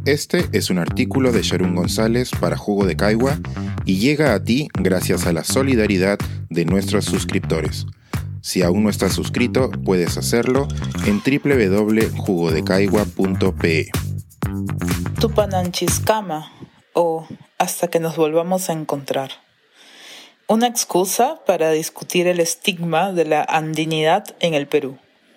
Este es un artículo de Sharon González para Jugo de Caigua y llega a ti gracias a la solidaridad de nuestros suscriptores. Si aún no estás suscrito, puedes hacerlo en www.jugodecaigua.pe. Tupananchiscama, o hasta que nos volvamos a encontrar. Una excusa para discutir el estigma de la andinidad en el Perú.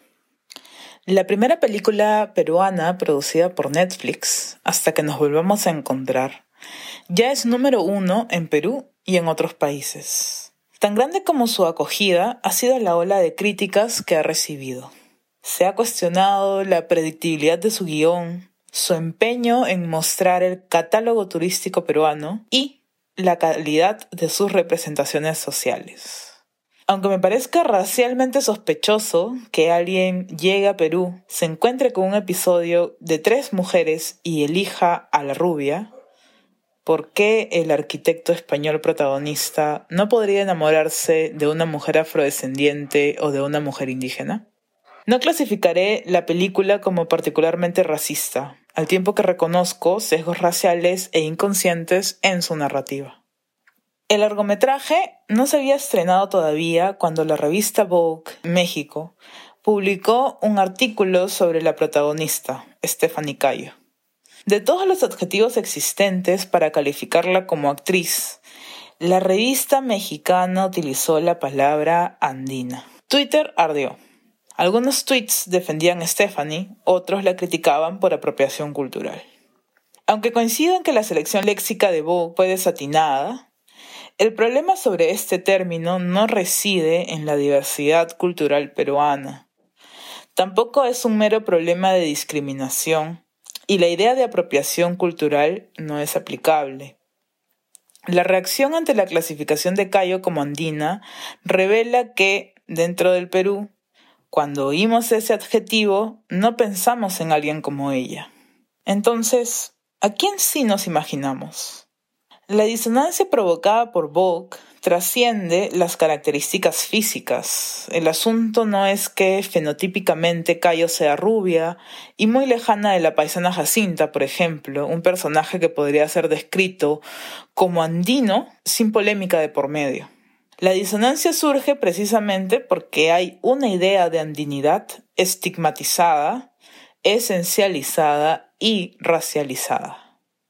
La primera película peruana producida por Netflix, Hasta que nos volvamos a encontrar, ya es número 1 en Perú y en otros países. Tan grande como su acogida ha sido la ola de críticas que ha recibido. Se ha cuestionado la predictibilidad de su guión, su empeño en mostrar el catálogo turístico peruano y la calidad de sus representaciones sociales. Aunque me parezca racialmente sospechoso que alguien llegue a Perú, se encuentre con un episodio de 3 mujeres y elija a la rubia, ¿por qué el arquitecto español protagonista no podría enamorarse de una mujer afrodescendiente o de una mujer indígena? No clasificaré la película como particularmente racista, al tiempo que reconozco sesgos raciales e inconscientes en su narrativa. El largometraje no se había estrenado todavía cuando la revista Vogue México publicó un artículo sobre la protagonista, Stephanie Cayo. De todos los adjetivos existentes para calificarla como actriz, la revista mexicana utilizó la palabra andina. Twitter ardió. Algunos tweets defendían a Stephanie, otros la criticaban por apropiación cultural. Aunque coincido en que la selección léxica de Vogue fue desatinada, el problema sobre este término no reside en la diversidad cultural peruana. Tampoco es un mero problema de discriminación, y la idea de apropiación cultural no es aplicable. La reacción ante la clasificación de Cayo como andina revela que, dentro del Perú, cuando oímos ese adjetivo, no pensamos en alguien como ella. Entonces, ¿a quién sí nos imaginamos? La disonancia provocada por Vogue trasciende las características físicas. El asunto no es que fenotípicamente Cayo sea rubia y muy lejana de la paisana Jacinta, por ejemplo, un personaje que podría ser descrito como andino sin polémica de por medio. La disonancia surge precisamente porque hay una idea de andinidad estigmatizada, esencializada y racializada.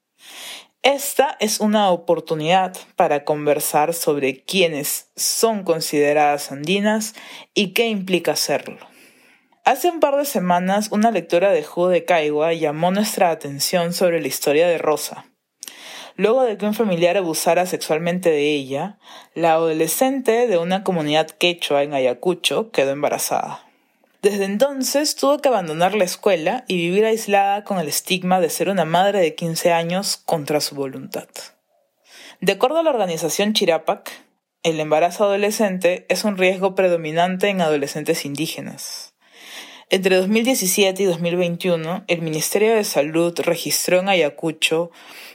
Esta es una oportunidad para conversar sobre quiénes son consideradas andinas y qué implica serlo. Hace un par de semanas, una lectora de Jugo de Caigua llamó nuestra atención sobre la historia de Rosa. Luego de que un familiar abusara sexualmente de ella, la adolescente de una comunidad quechua en Ayacucho quedó embarazada. Desde entonces tuvo que abandonar la escuela y vivir aislada con el estigma de ser una madre de 15 años contra su voluntad. De acuerdo a la organización Chirapac, el embarazo adolescente es un riesgo predominante en adolescentes indígenas. Entre 2017 y 2021, el Ministerio de Salud registró en Ayacucho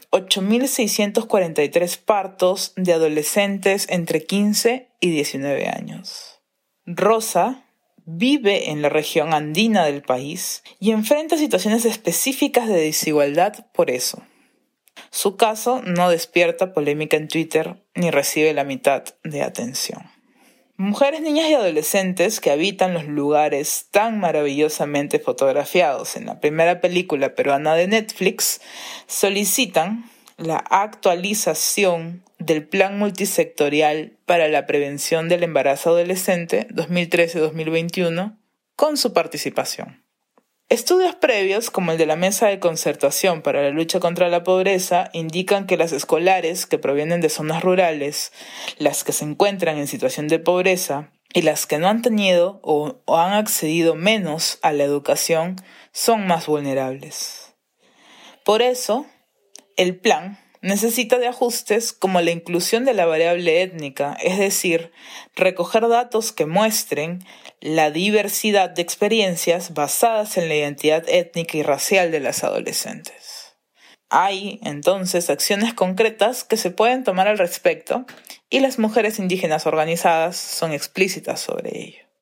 8.643 partos de adolescentes entre 15 y 19 años. Rosa vive en la región andina del país y enfrenta situaciones específicas de desigualdad por eso. Su caso no despierta polémica en Twitter ni recibe la mitad de atención. Mujeres, niñas y adolescentes que habitan los lugares tan maravillosamente fotografiados en la primera película peruana de Netflix solicitan la actualización del Plan Multisectorial para la Prevención del Embarazo Adolescente 2013-2021 con su participación. Estudios previos, como el de la Mesa de Concertación para la Lucha contra la Pobreza, indican que las escolares que provienen de zonas rurales, las que se encuentran en situación de pobreza y las que no han tenido o han accedido menos a la educación son más vulnerables. Por eso, el plan necesita de ajustes como la inclusión de la variable étnica, es decir, recoger datos que muestren la diversidad de experiencias basadas en la identidad étnica y racial de las adolescentes. Hay, entonces, acciones concretas que se pueden tomar al respecto y las mujeres indígenas organizadas son explícitas sobre ello.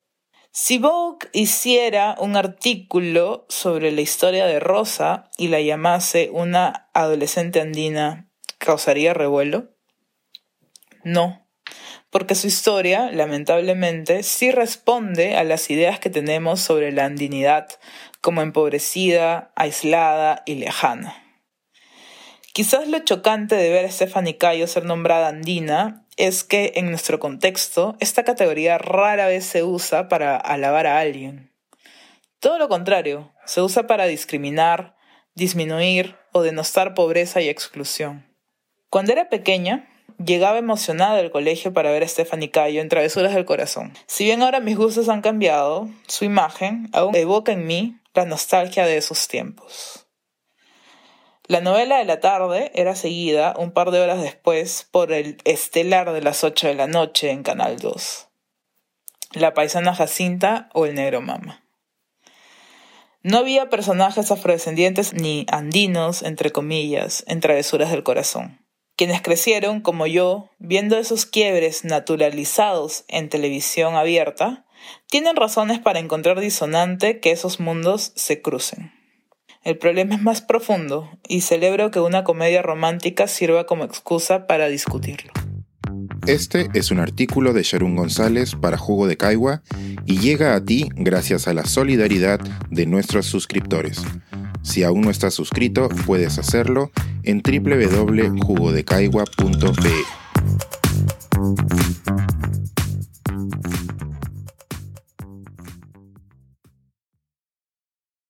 Si Vogue hiciera un artículo sobre la historia de Rosa y la llamase una adolescente andina, ¿causaría revuelo? No, porque su historia, lamentablemente, sí responde a las ideas que tenemos sobre la andinidad como empobrecida, aislada y lejana. Quizás lo chocante de ver a Stephanie Cayo ser nombrada andina es que, en nuestro contexto, esta categoría rara vez se usa para alabar a alguien. Todo lo contrario, se usa para discriminar, disminuir o denostar pobreza y exclusión. Cuando era pequeña, llegaba emocionada al colegio para ver a Stephanie Cayo en Travesuras del Corazón. Si bien ahora mis gustos han cambiado, su imagen aún evoca en mí la nostalgia de esos tiempos. La novela de la tarde era seguida un par de horas después por el estelar de las 8 de la noche en Canal 2. La paisana Jacinta o el negro Mama. No había personajes afrodescendientes ni andinos, entre comillas, en Travesuras del Corazón. Quienes crecieron, como yo, viendo esos quiebres naturalizados en televisión abierta, tienen razones para encontrar disonante que esos mundos se crucen. El problema es más profundo y celebro que una comedia romántica sirva como excusa para discutirlo. Este es un artículo de Sharon González para Jugo de Caigua y llega a ti gracias a la solidaridad de nuestros suscriptores. Si aún no estás suscrito, puedes hacerlo en www.jugodecaigua.pe.